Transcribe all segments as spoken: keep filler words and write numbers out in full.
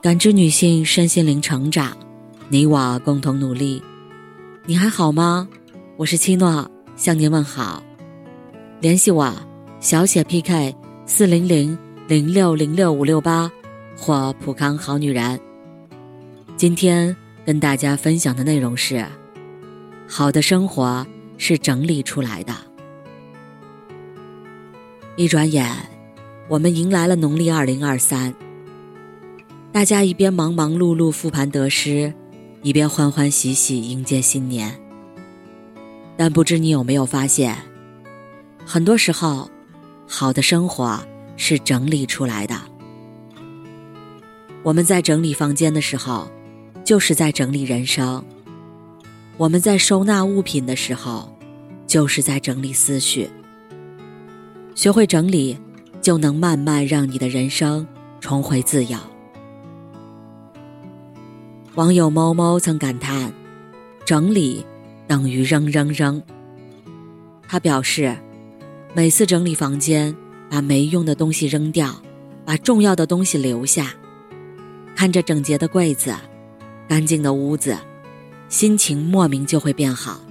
感知女性身心灵成长，你我共同努力。你还好吗？我是七诺，向您问好。联系我小写 P K 四零零零六零六五六八或普康好女人。今天跟大家分享的内容是：好的生活是整理出来的。一转眼，我们迎来了农历二零二三。大家一边忙忙碌碌复盘得失，一边欢欢喜喜迎接新年。但不知你有没有发现，很多时候，好的生活是整理出来的。我们在整理房间的时候，就是在整理人生；我们在收纳物品的时候，就是在整理思绪。学会整理，就能慢慢让你的人生重回自由。网友某某曾感叹，整理等于扔扔扔。他表示，每次整理房间，把没用的东西扔掉，把重要的东西留下，看着整洁的柜子，干净的屋子，心情莫名就会变好。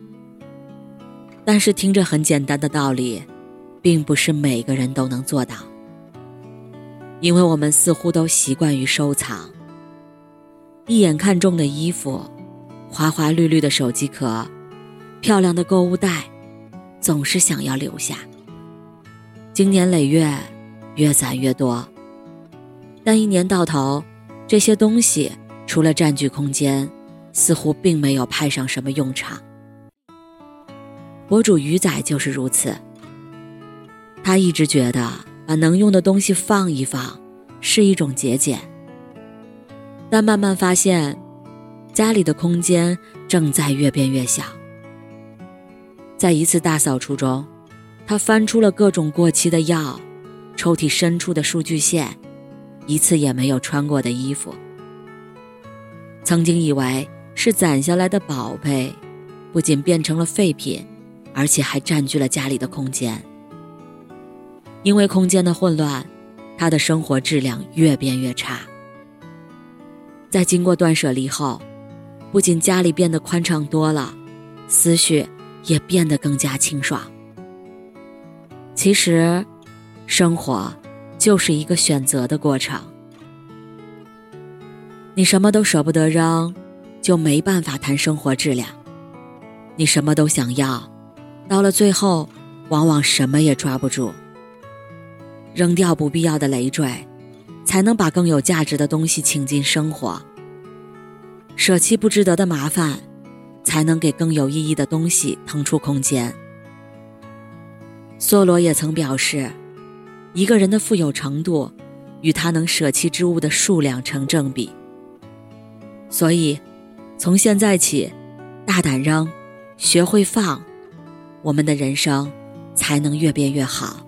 但是听着很简单的道理，并不是每个人都能做到，因为我们似乎都习惯于收藏。一眼看中的衣服，花花绿绿的手机壳，漂亮的购物袋，总是想要留下。经年累月，越攒越多。但一年到头，这些东西除了占据空间，似乎并没有派上什么用场。博主鱼仔就是如此。他一直觉得把能用的东西放一放是一种节俭，但慢慢发现家里的空间正在越变越小。在一次大扫除中，他翻出了各种过期的药，抽屉深处的数据线，一次也没有穿过的衣服。曾经以为是攒下来的宝贝，不仅变成了废品，而且还占据了家里的空间。因为空间的混乱，他的生活质量越变越差。在经过断舍离后，不仅家里变得宽敞多了，思绪也变得更加清爽。其实，生活就是一个选择的过程。你什么都舍不得扔，就没办法谈生活质量。你什么都想要，到了最后，往往什么也抓不住。扔掉不必要的累赘，才能把更有价值的东西请进生活。舍弃不值得的麻烦，才能给更有意义的东西腾出空间。梭罗也曾表示，一个人的富有程度与他能舍弃之物的数量成正比。所以，从现在起，大胆扔，学会放，我们的人生才能越变越好。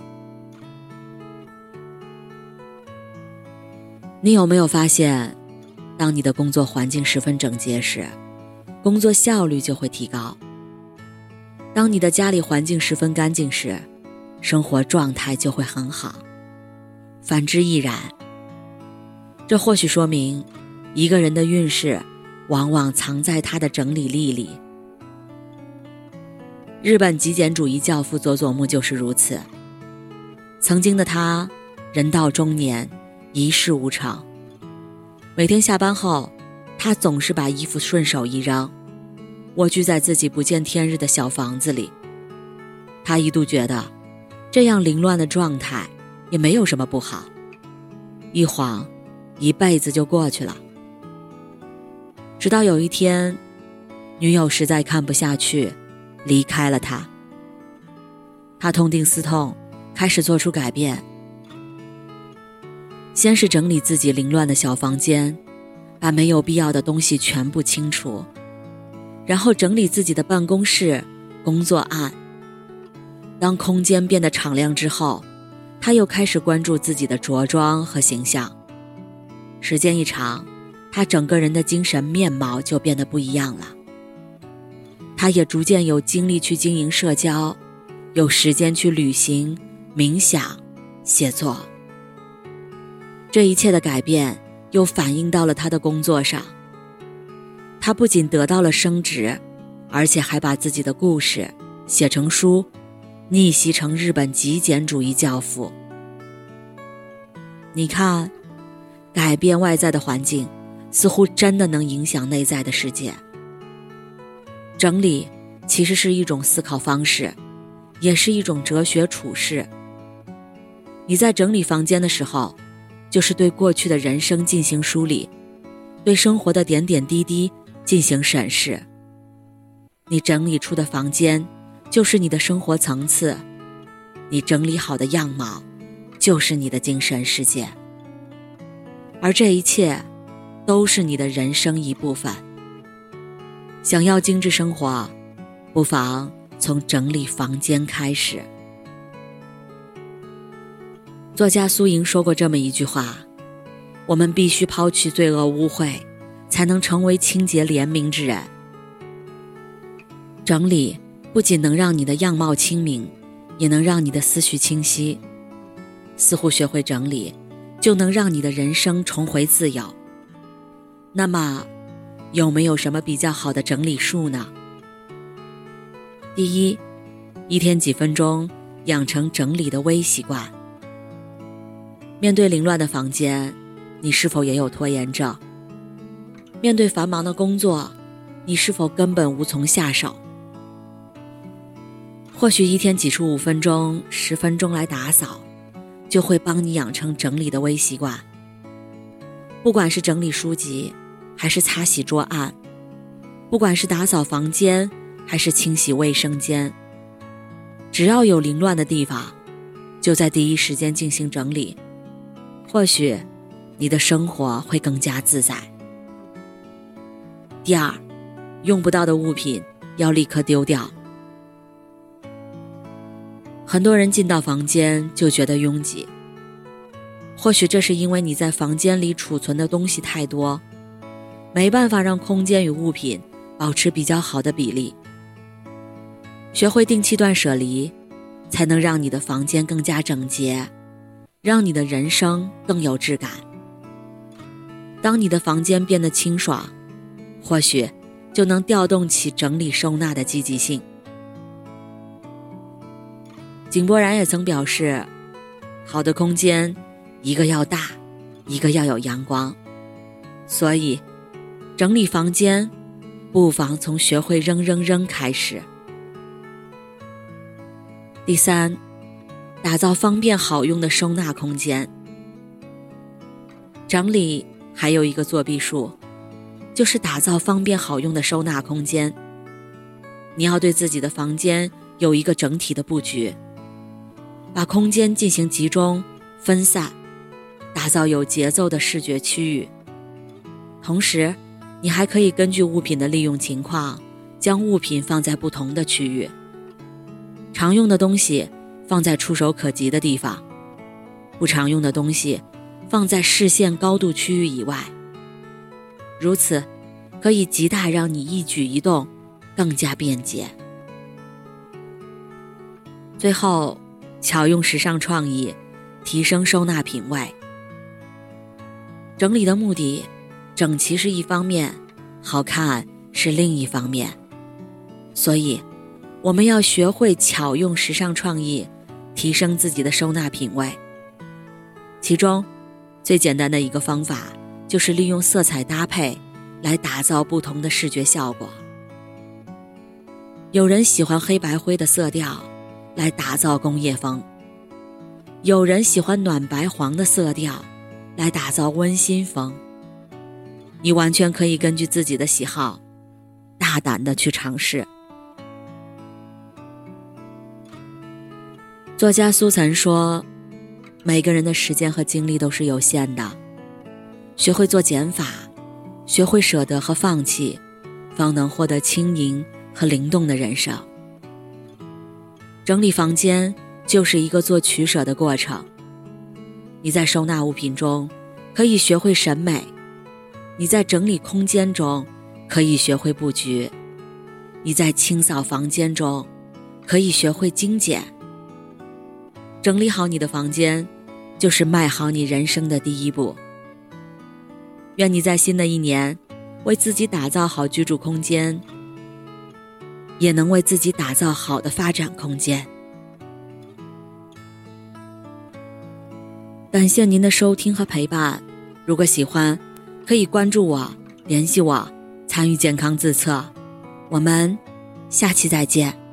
你有没有发现，当你的工作环境十分整洁时，工作效率就会提高；当你的家里环境十分干净时，生活状态就会很好。反之亦然。这或许说明，一个人的运势往往藏在他的整理力里。日本极简主义教父佐佐木就是如此。曾经的他，人到中年，一事无成。每天下班后，他总是把衣服顺手一扔，蜗居在自己不见天日的小房子里。他一度觉得，这样凌乱的状态也没有什么不好，一晃，一辈子就过去了。直到有一天，女友实在看不下去，离开了他。他痛定思痛，开始做出改变。先是整理自己凌乱的小房间，把没有必要的东西全部清除，然后整理自己的办公室、工作案。当空间变得敞亮之后，他又开始关注自己的着装和形象。时间一长，他整个人的精神面貌就变得不一样了。他也逐渐有精力去经营社交，有时间去旅行、冥想、写作。这一切的改变又反映到了他的工作上。他不仅得到了升职，而且还把自己的故事写成书，逆袭成日本极简主义教父。你看，改变外在的环境，似乎真的能影响内在的世界。整理其实是一种思考方式，也是一种哲学处世。你在整理房间的时候，就是对过去的人生进行梳理，对生活的点点滴滴进行审视。你整理出的房间，就是你的生活层次，你整理好的样貌，就是你的精神世界。而这一切，都是你的人生一部分。想要精致生活，不妨从整理房间开始。作家苏莹说过这么一句话：我们必须抛去罪恶污秽，才能成为清洁廉明之人。整理不仅能让你的样貌清明，也能让你的思绪清晰。似乎学会整理，就能让你的人生重回自由。那么，有没有什么比较好的整理术呢？第一，一天几分钟，养成整理的微习惯。面对凌乱的房间，你是否也有拖延症？面对繁忙的工作，你是否根本无从下手？或许一天挤出五分钟、十分钟来打扫，就会帮你养成整理的微习惯。不管是整理书籍，还是擦洗桌案，不管是打扫房间，还是清洗卫生间，只要有凌乱的地方，就在第一时间进行整理，或许你的生活会更加自在。第二，用不到的物品要立刻丢掉。很多人进到房间就觉得拥挤，或许这是因为你在房间里储存的东西太多，没办法让空间与物品保持比较好的比例。学会定期断舍离，才能让你的房间更加整洁，让你的人生更有质感。当你的房间变得清爽，或许就能调动起整理收纳的积极性。井柏然也曾表示，好的空间，一个要大，一个要有阳光。所以，整理房间，不妨从学会扔扔扔开始。第三，打造方便好用的收纳空间。整理还有一个作弊术，就是打造方便好用的收纳空间。你要对自己的房间有一个整体的布局，把空间进行集中、分散，打造有节奏的视觉区域。同时，你还可以根据物品的利用情况，将物品放在不同的区域。常用的东西放在触手可及的地方，不常用的东西放在视线高度区域以外。如此，可以极大让你一举一动更加便捷。最后，巧用时尚创意，提升收纳品味。整理的目的，整齐是一方面，好看是另一方面。所以，我们要学会巧用时尚创意，提升自己的收纳品味。其中，最简单的一个方法，就是利用色彩搭配来打造不同的视觉效果。有人喜欢黑白灰的色调来打造工业风，有人喜欢暖白黄的色调来打造温馨风。你完全可以根据自己的喜好大胆地去尝试。作家苏岑说，每个人的时间和精力都是有限的，学会做减法，学会舍得和放弃，方能获得轻盈和灵动的人生。整理房间就是一个做取舍的过程。你在收纳物品中可以学会审美，你在整理空间中可以学会布局，你在清扫房间中可以学会精简。整理好你的房间，就是迈好你人生的第一步。 愿你在新的一年为自己打造好居住空间，也能为自己打造好的发展空间。感谢您的收听和陪伴，如果喜欢，可以关注我，联系我，参与健康自测。我们下期再见。